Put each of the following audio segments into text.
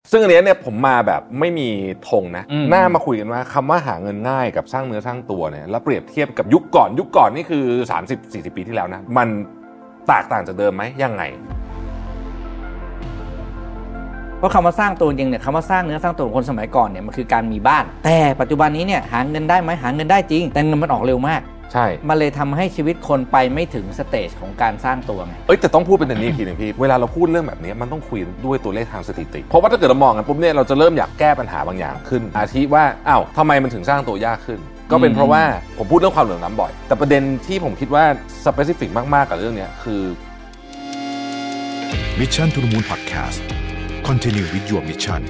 ซึ่งอันนี้เนี่ยผมมาแบบไม่มีธงนะหน้ามาคุยกันว่าคำว่าหาเงินง่ายกับสร้างเนื้อสร้างตัวเนี่ยแล้วเปรียบเทียบกับยุคก่อนนี่คือ 30-40 ปีที่แล้วนะมันแตกต่างจากเดิมไหมยังไงเพราะคำว่าสร้างตัวจริงเนี่ยคำว่าสร้างเนื้อสร้างตัวของคนสมัยก่อนเนี่ยมันคือการมีบ้านแต่ปัจจุบันนี้เนี่ยหาเงินได้ไหมหาเงินได้จริงแต่เงินมันออกเร็วมากใช่มันเลยทำให้ชีวิตคนไปไม่ถึงสเตจของการสร้างตัวไงแต่ต้องพูดเป็นนี้ทีนึงพี่เวลาเราพูดเรื่องแบบนี้มันต้องคุยด้วยตัวเลขทางสถิติเพราะว่าถ้าเกิดเรามองกันปุ๊บเนี่ยเราจะเริ่มอยากแก้ปัญหาบางอย่างขึ้นอาทิว่าทำไมมันถึงสร้างตัวยากขึ้นก็เป็นเพราะว่าผมพูดเรื่องความเหลื่อมล้ำบ่อยแต่ประเด็นที่ผมคิดว่าสเปซิฟิกมากๆกับเรื่องนี้คือ Mission to the Moon Podcast Continue with your mission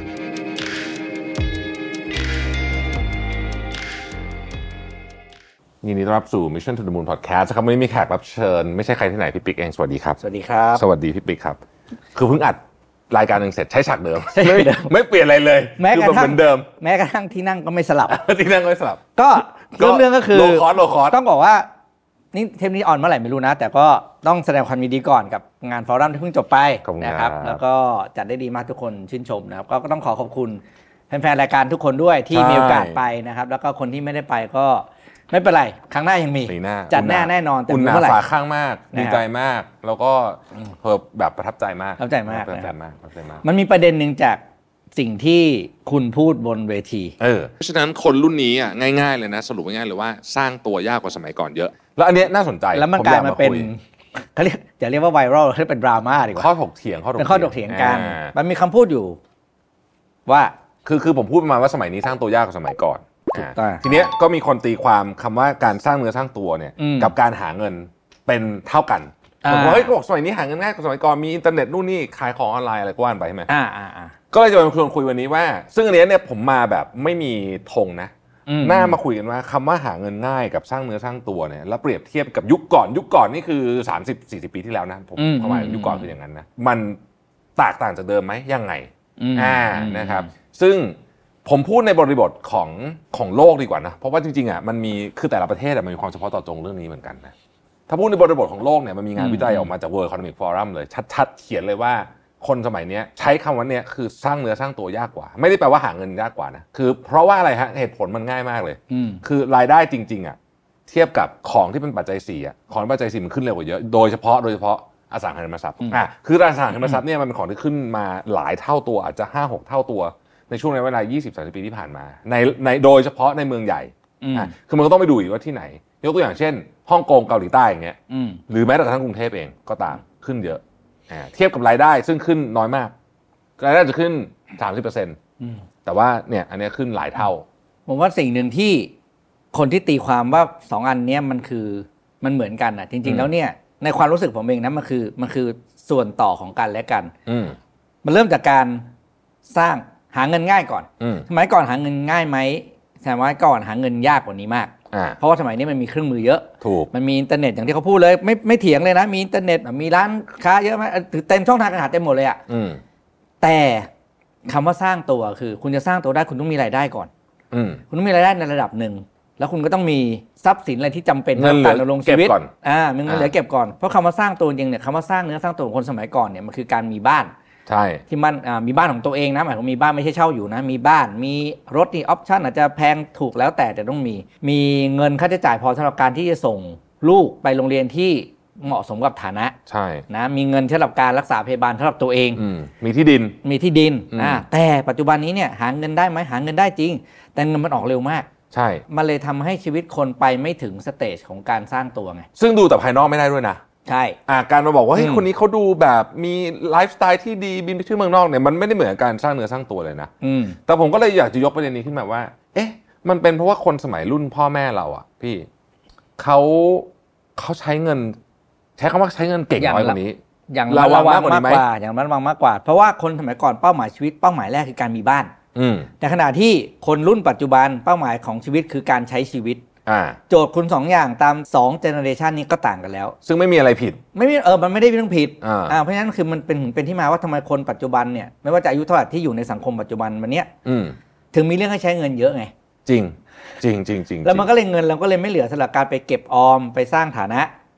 ยินดีต้อนรับสู่ Mission to the Moon Podcast ครับวันนี้มีแขกรับเชิญไม่ใช่ใครที่ไหนพี่ปิ๊กเองสวัสดีครับสวัสดีครับสวัสดีพี่ปิ๊กครับคือเพิ่งอัดรายการนึงเสร็จใช้ฉากเดิมไม่เปลี่ยนอะไรเลยแม้กระทั่งเหมือนเดิมแม้กระทั่งที่นั่งก็ไม่สลับที่นั่งก็ไม่สลับก็เรื่องก็คือโลคอสต้องบอกว่านี่เทปนี้ออนเมื่อไหร่ไม่รู้นะแต่ก็ต้องแสดงความยินดีก่อนกับงานฟอรัมที่เพิ่งจบไปนะครับแล้วก็จัดได้ดีมากทุกคนชื่นชมนะครับก็ต้องขอบคุณแฟนๆรายการทุกคนด้วยที่มีโอกาสไปนะครับแล้วก็คนที่ไม่ได้ไปก็ไม่เป็นไรครั้งหน้ายังมีจัดแน่นอนแต่เมื่อไหร่ฝาข้างมากดีใจมากแล้วก็แบบประทับใจมากมันมีประเด็นนึงจากสิ่งที่คุณพูดบนเวทีเพราะฉะนั้นคนรุ่นนี้ง่ายๆเลยนะสรุปง่ายๆเลยว่าสร้างตัวยากกว่าสมัยก่อนเยอะแล้วอันนี้น่าสนใจแล้วมันกลายมาเป็นเขาเรียกอย่าเรียกว่าไวรัลเรียกเป็นดราม่าดีกว่าข้อถกเถียงกันมันมีคำพูดอยู่ว่าคือผมพูดประมาณว่าสมัยนี้สร้างตัวยากกว่าสมัยก่อนทีเนี้ยก็มีคนตีความคำว่าการสร้างเนื้อสร้างตัวเนี่ยกับการหาเงินเป็นเท่ากันผมว่าก็บอกสมัยนี้หาเงินง่ายกว่าสมัยก่อนมีอินเทอร์เน็ตนู่นนี่ขายของออนไลน์อะไรก็ว่าไปใช่ไหมก็เลยจะมาชวนคุยวันนี้ว่าซึ่งอันนี้เนี่ยผมมาแบบไม่มีธงนะหน้ามาคุยกันว่าคำว่าหาเงินง่ายกับสร้างเนื้อสร้างตัวเนี่ยแล้วเปรียบเทียบกับยุคก่อนนี่คือ 30-40 ปีที่แล้วนะผมประมาณยุคก่อนคืออย่างนั้นนะมันแตกต่างจากเดิมไหมยังไงนะครับซึ่งผมพูดในบริบทของโลกดีกว่านะเพราะว่าจริงๆมันมีคือแต่ละประเทศมันมีความเฉพาะเจาะจงเรื่องนี้เหมือนกันนะถ้าพูดในบริบทของโลกเนี่ยมันมีงานวิจัยออกมาจาก World Economic Forum เลยชัดๆเขียนเลยว่าคนสมัยนี้ใช้คำว่าเนี่ยคือสร้างเนื้อสร้างตัวยากกว่าไม่ได้แปลว่าหาเงินยากกว่านะคือเพราะว่าอะไรฮะเหตุผลมันง่ายมากเลยคือรายได้จริงๆเทียบกับของที่เป็นปัจจัย4ของปัจจัย4มันขึ้นเร็วกว่าเยอะโดยเฉพาะอสังหาริมทรัพย์คืออสังหาริมทรัพย์เนี่ยมันเป็นของที่ขึ้นมาหลายเท่าตัวอาจจะ 5-6 เท่าตัวในช่วงเวลา 20-30 ปีที่ผ่านมาในโดยเฉพาะในเมืองใหญ่คือมันก็ต้องไปดูอีกว่าที่ไหนยกตัวอย่างเช่นฮ่องกงเกาหลีใต้อย่างเงี้ยหรือแม้แต่กระทั่งกรุงเทพเองก็ตามขึ้นเยอะเทียบกับรายได้ซึ่งขึ้นน้อยมากรายได้จะขึ้น 30% แต่ว่าเนี่ยอันนี้ขึ้นหลายเท่าผมว่าสิ่งหนึ่งที่คนที่ตีความว่า2อันนี้มันเหมือนกันจริงๆแล้วเนี่ยในความรู้สึกผมเองนะมันคือส่วนต่อของกันและกันมันเริ่มจากการสร้างหาเงินง่ายก่อนสมัยก่อนหาเงินง่ายไหมสมัยก่อนหาเงินยากกว่านี้มากเพราะว่าสมัยนี้มันมีเครื่องมือเยอะมันมีอินเทอร์เน็ตอย่างที่เขาพูดเลยไม่เถียงเลยนะมีอินเทอร์เน็ตมีร้านค้าเยอะไหมเต็มช่องทางการหาเต็มหมดเลยแต่คำว่าสร้างตัวคือคุณจะสร้างตัวได้คุณต้องมีรายได้ก่อนคุณต้องมีรายได้ในระดับหนึ่งแล้วคุณก็ต้องมีทรัพย์สินอะไรที่จำเป็นในการดำรงชีวิตมีเงินเหลือเก็บก่อนเพราะคำว่าสร้างตัวจริงเนี่ยคำว่าสร้างเนื้อสร้างตัวของคนสมัยก่อนเนี่ยมันคือการมีบ้านใช่ที่มันมีบ้านของตัวเองนะหมายถึงมีบ้านไม่ใช่เช่าอยู่นะมีบ้านมีรถนี่ออปชั่นอาจจะแพงถูกแล้วแต่ต้องมีเงินค่าใช้จ่ายพอสำหรับการที่จะส่งลูกไปโรงเรียนที่เหมาะสมกับฐานะใช่นะมีเงินสำหรับการรักษาพยาบาลสำหรับตัวเองมีที่ดินแต่ปัจจุบันนี้เนี่ยหาเงินได้ไหมหาเงินได้จริงแต่เงินมันออกเร็วมากใช่มันเลยทำให้ชีวิตคนไปไม่ถึงสเตจของการสร้างตัวไงซึ่งดูแต่ภายนอกไม่ได้ด้วยนะใช่การมาบอกว่าเฮ้ยคนนี้เขาดูแบบมีไลฟ์สไตล์ที่ดีบินไปเที่ยวเมืองนอกเนี่ยมันไม่ได้เหมือนการสร้างเนื้อสร้างตัวเลยนะแต่ผมก็เลยอยากจะยกประเด็นนี้ขึ้นมาว่ามันเป็นเพราะว่าคนสมัยรุ่นพ่อแม่เราพี่เขาใช้เงินใช้คำว่าใช้เงินเก่งน้อยกว่านี้อย่างระวังมากกว่าอย่างระวังมากกว่าเพราะว่าคนสมัยก่อนเป้าหมายชีวิตเป้าหมายแรกคือการมีบ้านแต่ขณะที่คนรุ่นปัจจุบันเป้าหมายของชีวิตคือการใช้ชีวิตโจทย์คุณ2อย่างตาม2เจเนอเรชันนี้ก็ต่างกันแล้วซึ่งไม่มีอะไรผิดไม่มีมันไม่ได้เรื่องผิดเพราะฉะนั้นคือมันเป็นที่มาว่าทำไมคนปัจจุบันเนี่ยไม่ว่าจะอายุเท่าไหร่ที่อยู่ในสังคมปัจจุบันวันนี้ถึงมีเรื่องให้ใช้เงินเยอะไงจริงแล้วมันก็เลยเงินเราก็เลยไม่เหลือสำหรับการไปเก็บออมไปสร้างฐานะ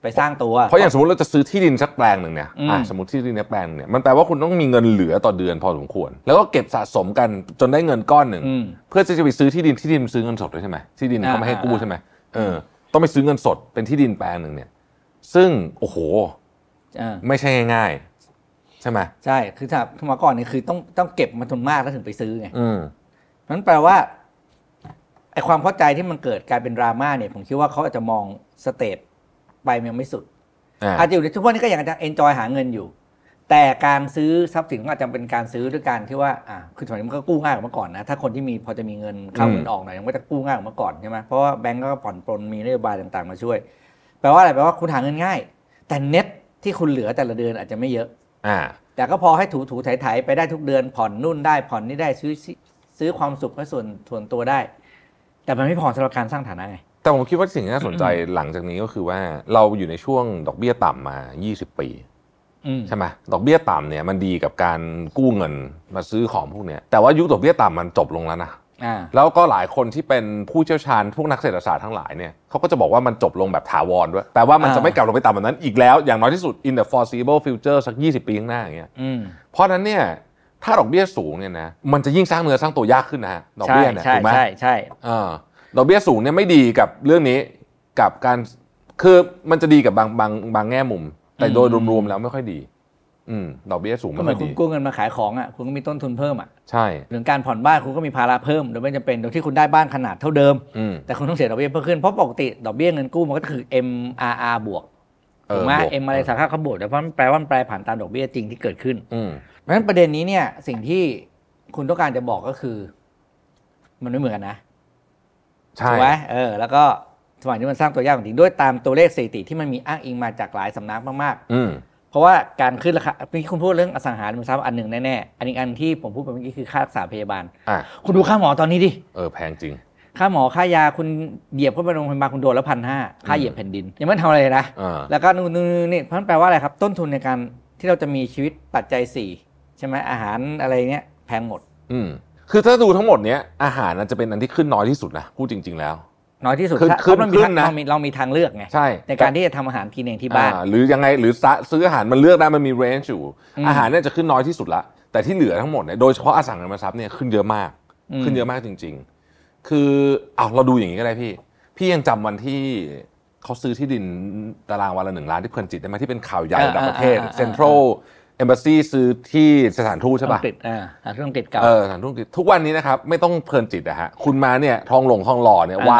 ไปสร้างตัวเพราะอย่างสมมติเราจะซื้อที่ดินสักแปลงนึงเนี่ยสมมติที่ดินแปลงเนี่ยมันแปลว่าคุณต้องมีเงินเหลือต่อเดือนพอสมควรแล้วก็เก็บสะสมกันจนได้เงินก้อนนึงเพื่อจะไปซื้อที่ดินซื้อเงินสดด้วยใช่ไหมที่ดินเขาไม่ให้กู้ใช่ไหมต้องไปซื้อเงินสดเป็นที่ดินแปลงนึงเนี่ยซึ่งโอ้โหไม่ใช่ง่ายๆใช่ไหมใช่คือถ้าเมื่อก่อนนี่คือต้องเก็บมาทุนมากแล้วถึงไปซื้อไงนั้นแปลว่าไอความเข้าใจที่มันเกิดกลายเป็นดราม่าเนี่ยผมคิดว่าเขาอาจจะมองสเตจไปยังไม่สุดอาจจะอยู่ในทุกวันนี้ก็ยังจะเอนจอยหาเงินอยู่แต่การซื้อทรัพย์สินก็อาจจะเป็นการซื้อด้วยการที่ว่าคือสมัยนี้มันก็กู้ง่ายกว่าเมื่อก่อนนะถ้าคนที่มีพอจะมีเงินเข้าเงินออกหน่อยมันก็จะกู้ง่ายกว่าเมื่อก่อนใช่ไหมเพราะว่าแบงก์ก็ผ่อนปลนมีนโยบายต่างๆมาช่วยแปลว่าอะไรแปลว่าคุณหาเงินง่ายแต่เน็ตที่คุณเหลือแต่ละเดือนอาจจะไม่เยอะแต่ก็พอให้ถูๆไถๆไปได้ทุกเดือนผ่อนนู่นได้ผ่อนนี่ได้ซื้อความสุขให้ส่วนตัวได้แต่มันไม่พอสำหรับการสร้างฐานะไงแต่ผมคิดว่าสิ่งที่น่าสนใจหลังจากนี้ก็คือว่าเราอยู่ในช่วงดอกเบี้ยต่ำมา20ปีใช่ไหมดอกเบี้ยต่ำเนี่ยมันดีกับการกู้เงินมาซื้อของพวกนี้แต่ว่ายุคดอกเบี้ยต่ำมันจบลงแล้วนะแล้วก็หลายคนที่เป็นผู้เชี่ยวชาญพวกนักเศรษฐศาสตร์ทั้งหลายเนี่ยเขาก็จะบอกว่ามันจบลงแบบถาวรด้วยแปลว่ามันจะไม่กลับลงไปต่ำแบบนั้นอีกแล้วอย่างน้อยที่สุด in the foreseeable future สัก20ปีข้างหน้าอย่างเงี้ยเพราะนั้นเนี่ยถ้าดอกเบี้ยสูงเนี่ยนะมันจะยิ่งสร้างเนื้อสร้างตัวยากขึ้นนะฮะดอกเบี้ยเนี่ยถูกไหมใช่ดอกเบี้ยสูงเนี่ยไม่ดีกับเรื่องนี้กับการคือมันจะดีกับบางแง่มุมแต่โดยรวมๆแล้วไม่ค่อยดีดอกเบี้ยสูงไม่ค่อยดีคุณกู้เงินมาขายของคุณก็มีต้นทุนเพิ่มใช่หรือการผ่อนบ้านคุณก็มีภาระเพิ่มโดยไม่จำเป็นโดยที่คุณได้บ้านขนาดเท่าเดิมแต่คุณต้องเสียดอกเบี้ยเพิ่มขึ้นเพราะปกติดอกเบี้ยเงินกู้มันก็คือ MRR บวกถูกไหม M อะไรสาขาเขาบวกแต่เพราะมันแปลว่ามันแปรผันตามดอกเบี้ยจริงที่เกิดขึ้นเพราะฉะนั้นประเด็นนี้เนี่ยสิ่งที่คุณต้องการจะบอกก็คือมันไม่เหมือนกันนะถูกไหมแล้วก็สมัยนี้มันสร้างตัวยากจริงด้วยตามตัวเลขสถิติที่มันมีอ้างอิงมาจากหลายสำนักมากๆเพราะว่าการขึ้นราคาเมื่อกี้คุณพูดเรื่องอสังหาริมทรัพย์อันหนึ่งแน่ๆอันอีกอันที่ผมพูดไปเมื่อกี้คือค่ารักษาพยาบาลคุณดูค่าหมอตอนนี้ดิแพงจริงค่าหมอค่ายาคุณเหยียบเข้าไปโรงพยาบาลคุณโดนแล้ว1,500ค่าเหยียบแผ่นดินยังไม่ทำอะไรเลยนะแล้วก็นี่เพราะนั่นแปลว่าอะไรครับต้นทุนในการที่เราจะมีชีวิตปัจจัย4ใช่ไหมอาหารอะไรเนี้ยแพงหมดคือถ้าดูทั้งหมดเนี้ยอาหารจะเป็นอันที่ขึ้นน้อยที่สุดนะพูดจริงๆแล้วน้อยที่สุดขึ้นนะเรามีทางเลือกไงในการที่จะทำอาหารกินเองที่บ้านหรือยังไงหรือซื้ออาหารมันเลือกได้มันมีเรนจ์อยู่อาหารเนี่ยจะขึ้นน้อยที่สุดละแต่ที่เหลือทั้งหมดเนี่ยโดยเฉพาะอสังหาริมทรัพย์เนี่ยขึ้นเยอะมากจริงๆคือเราดูอย่างนี้ก็ได้พี่ยังจำวันที่เขาซื้อที่ดินตารางวันละ1 ล้านที่เพลินจิตได้ไหมที่เป็นข่าวใหญ่ระดับประเทศเซ็นทรัลEmbassy ซื้อที่สถานทูตใช่ป่ะสถานทูตอังกฤษเก่าสถานทูตอังกฤษทุกวันนี้นะครับไม่ต้องเพลินจิตนะฮะคุณมาเนี่ยทองหล่อเนี่ยวา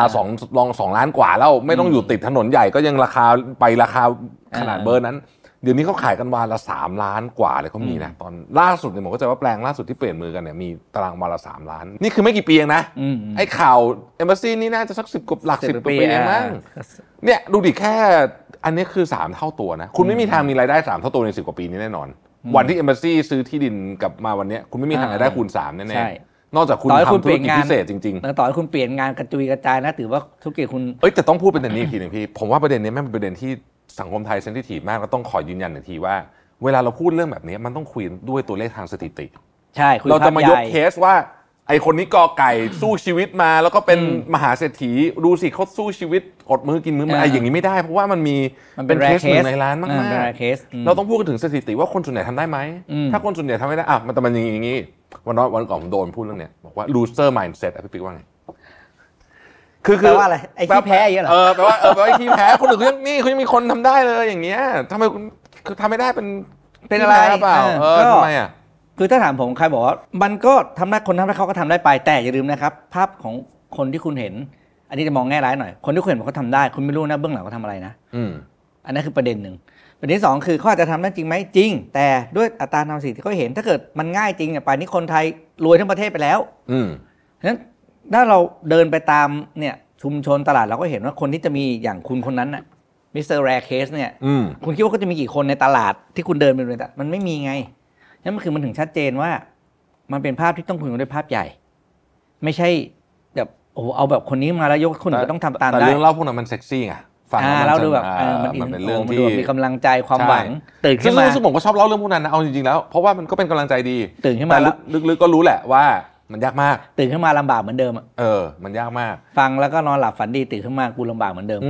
2 ล้านกว่าแล้วไม่ต้องอยู่ติดถนนใหญ่ก็ยังราคาขนาดเบอร์นั้นเดี๋ยวนี้เขาขายกันวาละ3 ล้านกว่าเลยเขามีนะตอนล่าสุดเนี่ยผมก็จะว่าแปลงล่าสุดที่เปลี่ยนมือกันเนี่ยมีตารางวาละ3 ล้านนี่คือไม่กี่ปีเองนะไอ้ข่าว Embassy นี่น่าจะสัก10 กว่าปีเองมั้งเนี่ยดูดิแค่อันนี้คือ3 เท่าตัวนะคุณไม่มีทางมีรายได้3 เท่าตัวใน10 กว่าปีนี้แน่นอนวันที่ Embassy ซื้อที่ดินกับมาวันนี้คุณไม่มีทางรายได้คูณ3แน่ๆนอกจากคุณทำธุรกิจพิเศษจริงๆต่อให้คุณเปลี่ยนงานกระจุยกระจายนะถือว่าธุรกิจคุณแต่ต้องพูดประเด็นนี้อีกทีนึงพี่ผมว่าประเด็นนี้แม่งเป็นประเด็นที่สังคมไทยเซนซิทีฟมากแล้วต้องขอยืนยันอีกทีว่าเวลาเราพูดเรื่องแบบนี้มันต้องคุยด้วยตัวเลขทางสถิติใช่เราจะมายกเคสว่าไอคนนี้กอไก่สู้ชีวิตมาแล้วก็เป็นมหาเศรษฐีดูสิเขาสู้ชีวิตอดมื้อกินมื้อมาอย่างนี้ไม่ได้เพราะว่ามันเป็นเคส1 ในล้านมากๆเราต้องพูดกันถึงสถิติว่าคนส่วนใหญ่ทำได้ไหมถ้าคนส่วนใหญ่ทำไม่ได้มันอย่างนี้วันก่อนผมโดนพูดเรื่องเนี้ยบอกว่า loser mindset พี่ปิ๊กว่าไงคือแปลว่าอะไรไอ้ขี้แพ้อย่างเงี้ยเหรอแปลว่าไอ้ขี้แพ้คนอื่นนี่เขายังมีคนทำได้เลยอย่างเงี้ยทำไมคือทำไม่ได้เป็นอะไรเปล่าทำไมคือถ้าถามผมใครบอกว่ามันก็ทำได้คนทำได้เขาก็ทำได้ไปแต่อย่าลืมนะครับภาพของคนที่คุณเห็นอันนี้จะมองแง่ร้ายหน่อยคนที่คุณเห็นเขาทำได้คุณไม่รู้นะเบื้องหลังเขาทำอะไรนะอันนั้นคือประเด็นหนึ่งประเด็นที่2คือเขาอาจจะทำได้จริงไหมจริงแต่ด้วยอัตราทำสิ่งที่เขาเห็นถ้าเกิดมันง่ายจริงป่านนี้คนไทยรวยทั้งประเทศไปแล้วฉะนั้นถ้าเราเดินไปตามเนี่ยชุมชนตลาดเราก็เห็นว่าคนที่จะมีอย่างคุณคนนั้นน่ะมิสเตอร์แรร์เคสเนี่ยคุณคิดว่าก็จะมีกี่คนในตลาดที่คุณเดินไปเลยมันไม่มีไงนั่นมันถึงชัดเจนว่ามันเป็นภาพที่ต้องคุยกันด้วยภาพใหญ่ไม่ใช่แบบเอาแบบคนนี้มาแล้วยกคนอื่นก็ต้องทำตามได้แต่เรื่องเล่าพวกนั้นมันเซ็กซี่ไงฟังแล้วดูแบบมันเป็นเรื่องที่มีกำลังใจความหวังตื่นขึ้นมาซึ่งผมก็ชอบเล่าเรื่องพวกนั้นนะเอาจริงๆแล้วเพราะว่ามันก็เป็นกำลังใจดีตื่นขึ้นมาแล้วลึกๆก็รู้แหละว่ามันยากมากตื่นขึ้นมาลำบากเหมือนเดิมมันยากมากฟังแล้วก็นอนหลับฝันดีตื่นขึ้นมากูลำบากเหมือนเดิม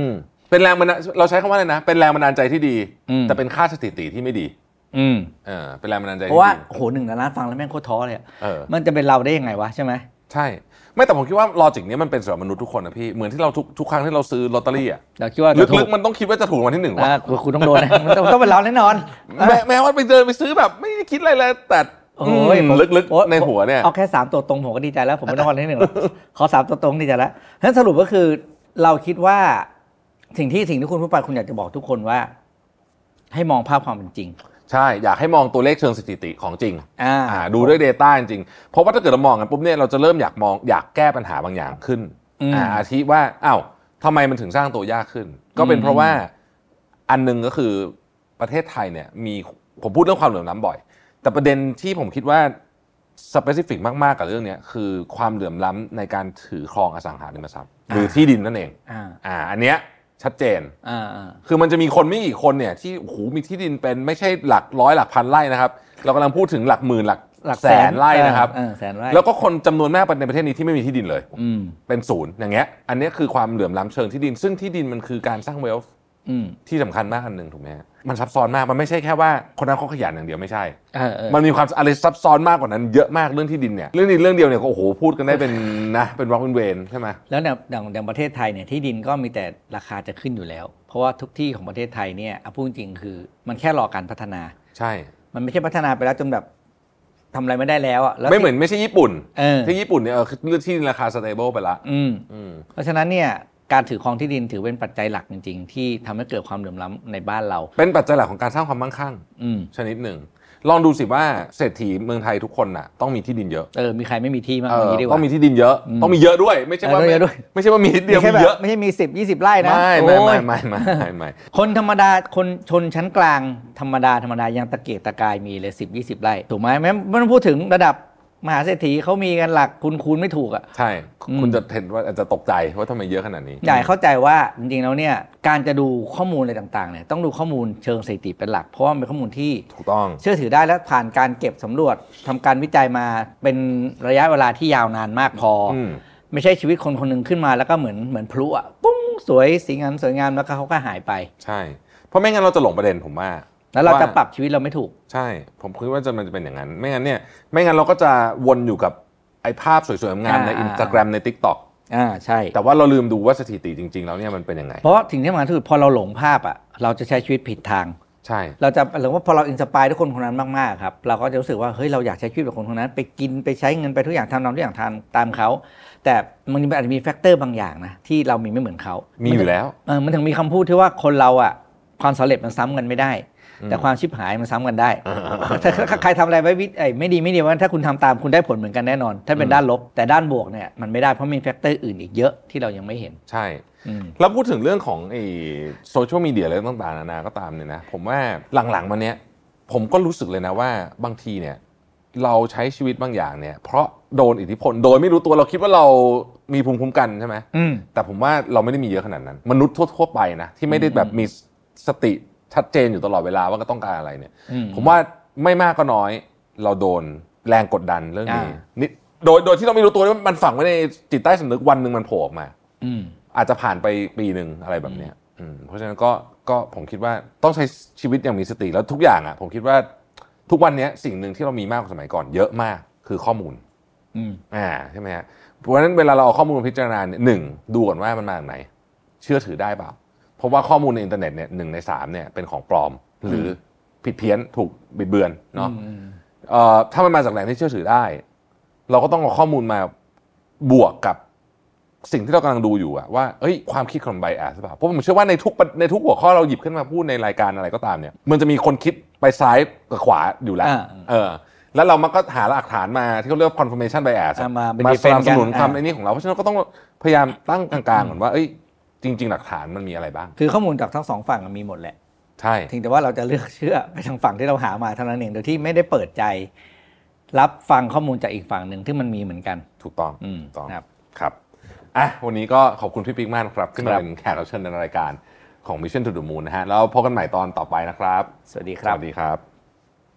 เป็นแรงมันเราใช้คำว่าอะไรนะเป็นแรงบันดาลใจที่ดีแต่เป็นค่าสถิติที่ไม่ดีเป็นแรงบันดาลใจเพราะว่าโห1 ล้านฟังแล้วแม่งโคตรท้อเลยมันจะเป็นเราได้ยังไงวะใช่ไหมใช่ไม่แต่ผมคิดว่าลอจิกนี้มันเป็นสำหรับมนุษย์ทุกคนนะพี่เหมือนที่เราทุกครั้งที่เราซื้อลอตเตอรี่อ่ะเราคิดว่าลึกๆมันต้องคิดว่าจะถูกรางวัลที่1วะคุณต้องโดนมันต้องเป็นเราแน่นอนแม้ว่าไปซื้อแบบไม่ได้คิดอะไรเลยแต่ลึกๆในหัวเนี่ยเอาแค่3ตัวตรงผมก็ดีใจแล้วผมไม่ต้องรางวัลที่1หรอกขอ3ตัวตรงดีใจแล้วฉะนั้นสรุปก็คือเราคิดว่าสิ่งที่คุณพูดไปคุณอยากจะบอกทุกคนว่าให้มองภาพความเป็นจริงใช่อยากให้มองตัวเลขเชิงสถิติของจริงดูด้วย data จริงๆเพราะว่าถ้าเกิดเรามองกันปุ๊บเนี่ยเราจะเริ่มอยากแก้ปัญหาบางอย่างขึ้นอาทิว่าอ้าวทำไมมันถึงสร้างตัวยากขึ้นก็เป็นเพราะว่าอันนึงก็คือประเทศไทยเนี่ยผมพูดเรื่องความเหลื่อมล้ำบ่อยแต่ประเด็นที่ผมคิดว่า specific มากๆกับเรื่องนี้คือความเหลื่อมล้ำในการถือครองอสังหาริมทรัพย์หรือที่ดินนั่นเองอันเนี้ยชัดเจนคือมันจะมีคนไม่กี่คนเนี่ยที่โอ้โหมีที่ดินเป็นไม่ใช่หลักร้อยหลักพันไร่นะครับเรากำลังพูดถึงหลักหมื่นหลักแสนไร่นะครับแล้วก็คนจำนวนมากในประเทศนี้ที่ไม่มีที่ดินเลยเป็นศูนย์อย่างเงี้ยอันนี้คือความเหลื่อมล้ำเชิงที่ดินซึ่งที่ดินมันคือการสร้างเวลส์ที่สำคัญมากอันหนึ่งถูกไหมมันซับซ้อนมากมันไม่ใช่แค่ว่าคนนั้นเขาขยันอย่างเดียวไม่ใช่มันมีความอะไรซับซ้อนมากกว่านั้นเยอะมากเรื่องที่ดินเนี่ยเรื่องเดียวเนี่ยก็โอ้โหพูดกันได้เป็นนะเป็นวอล์กเป็นเวนใช่ไหมแล้วอย่างประเทศไทยเนี่ยที่ดินก็มีแต่ราคาจะขึ้นอยู่แล้วเพราะว่าทุกที่ของประเทศไทยเนี่ยพูดจริงคือมันแค่รอการพัฒนาใช่มันไม่ใช่พัฒนาไปแล้วจนแบบทำอะไรไม่ได้แล้วอ่ะไม่เหมือนไม่ใช่ญี่ปุ่นที่ญี่ปุ่นเนี่ยที่ราคาสเตเบิลไปละเพราะฉะนั้นเนี่ยการถือครองที่ดินถือเป็นปัจจัยหลักจริงๆที่ทำให้เกิดความเหลื่อมล้ำในบ้านเราเป็นปัจจัยหลักของการสร้างความมั่งคั่งชนิดหนึ่งลองดูสิว่าเศรษฐีเมืองไทยทุกคนน่ะต้องมีที่ดินเยอะมีใครไม่มีที่บ้างต้องมีที่ดินเยอะต้องมีเยอะด้วยไม่ใช่ว่ามีนิดเดียวมีเยอะไม่ใช่มี10-20 ไร่นะไม่คนธรรมดาคนชนชั้นกลางธรรมดายังตะเกียกตะกายมีเลย10-20 ไร่ถูกไหมไม่ต้องพูดถึงระดับมหาเศรษฐีเขามีกันหลักคูณไม่ถูกอ่ะใช่คุณจะเห็นว่าอาจจะตกใจว่าทำไมเยอะขนาดนี้ใหญ่เข้าใจว่าจริงๆแล้วเนี่ยการจะดูข้อมูลอะไรต่างๆเนี่ยต้องดูข้อมูลเชิงสถิติเป็นหลักเพราะว่าเป็นข้อมูลที่ถูกต้องเชื่อถือได้และผ่านการเก็บสำรวจทำการวิจัยมาเป็นระยะเวลาที่ยาวนานมากพอไม่ใช่ชีวิตคนคนนึงขึ้นมาแล้วก็เหมือนพลุอ่ะปุ้งสวยสีงามแล้วก็เขาก็หายไปใช่เพราะไม่งั้นเราจะหลงประเด็นผมว่าแล้วเราจะปรับชีวิตเราไม่ถูกใช่ผมคิดว่ามันจะเป็นอย่างนั้นไม่งั้นเราก็จะวนอยู่กับไอ้ภาพสวยๆงามใน Instagram ใน TikTok ใช่แต่ว่าเราลืมดูว่าสถิติจริงๆแล้วเนี่ยมันเป็นยังไงเพราะสิ่งที่สำคัญคือพอเราหลงภาพอ่ะเราจะใช้ชีวิตผิดทางใช่เราจะหรือว่าพอเราอินสปายด้วยคนคนนั้นมากๆครับเราก็จะรู้สึกว่าเฮ้ยเราอยากใช้ชีวิตแบบคนคนนั้นไปกินไปใช้เงินไปทุกอย่างทำทุกอย่างตามเขาแต่มันอาจจะมีแฟกเตอร์บางอย่างนะที่เรามีไม่เหมือนเขามีอยู่แล้วมันถึงมีคำพูดที่ว่าคนเราอ่ะความสำเร็จมันซ้ำกันไม่ได้แต่ความชิบหายมันซ้ำกันได้ถ้าใครทำอะไรไว้ไม่ดีว่าถ้าคุณทำตามคุณได้ผลเหมือนกันแน่นอนถ้าเป็นด้านลบแต่ด้านบวกเนี่ยมันไม่ได้เพราะมีแฟกเตอร์อื่นอีกเยอะที่เรายังไม่เห็นใช่แล้วพูดถึงเรื่องของไอ้โซเชียลมีเดียอะไรต่างๆนานาก็ตามเนี่ยนะผมว่าหลังๆมาเนี้ยผมก็รู้สึกเลยนะว่าบางทีเนี่ยเราใช้ชีวิตบางอย่างเนี่ยเพราะโดนอิทธิพลโดยไม่รู้ตัวเราคิดว่าเรามีภูมิคุ้มกันใช่ไหมแต่ผมว่าเราไม่ได้มีเยอะขนาดนั้นมนุษย์ทั่วไปนะที่ไม่ได้แบบมีสติชัดเจนอยู่ตลอดเวลาว่าก็ต้องการอะไรเนี่ยผมว่าไม่มากก็น้อยเราโดนแรงกดดันเรื่องนี้นิดโดยที่เราไม่รู้ตัวว่ามันฝังไว้ในจิตใต้สำนึกวันนึงมันโผล่ออกมาอาจจะผ่านไปปีนึงอะไรแบบนี้เพราะฉะนั้นก็ผมคิดว่าต้องใช้ชีวิตอย่างมีสติแล้วทุกอย่างอ่ะผมคิดว่าทุกวันนี้สิ่งหนึ่งที่เรามีมากกว่าสมัยก่อนเยอะมากคือข้อมูลใช่ไหมฮะเพราะฉะนั้นเวลาเราเอาข้อมูลมาพิจารณาเนี่ย1ดูก่อนว่ามันมาจากไหนเชื่อถือได้เปล่าเพราะว่าข้อมูลในอินเทอร์เน็ตเนี่ย1 ใน 3เนี่ยเป็นของปลอมหรือผิดเพี้ยนถูกบิดเบือนเนาะถ้ามันมาจากแหล่งที่เชื่อถือได้เราก็ต้องเอาข้อมูลมาบวกกับสิ่งที่เรากำลังดูอยู่อะว่าความคิดของไบแอสหรือเปล่าเพราะผมเชื่อว่าในทุกหัวข้อเราหยิบขึ้นมาพูดในรายการอะไรก็ตามเนี่ยมันจะมีคนคิดไปซ้ายกับขวาอยู่แล้วแล้วเรามันก็หาหลักฐานมาที่เขาเรียกว่า confirmation bias มาสนับสนุนคำในนี้ของเราเพราะฉะนั้นก็ต้องพยายามตั้งกลางๆก่อนว่าจริงๆหลักฐานมันมีอะไรบ้างคือข้อมูลจากทั้งสองฝั่งมีหมดแหละใช่ถึงแต่ว่าเราจะเลือกเชื่อไปทางฝั่งที่เราหามาเท่านั้นเองโดยที่ไม่ได้เปิดใจรับฟังข้อมูลจากอีกฝั่งหนึ่งที่มันมีเหมือนกันถูกต้องครับวันนี้ก็ขอบคุณพี่ปิ๊กมากครับที่มาเป็นแขกรับเชิญในรายการของ Mission to the Moon นะฮะแล้วพบกันใหม่ตอนต่อไปนะครับสวัสดีครับ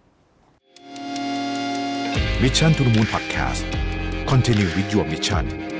Mission to the Moon Podcast Continue with your mission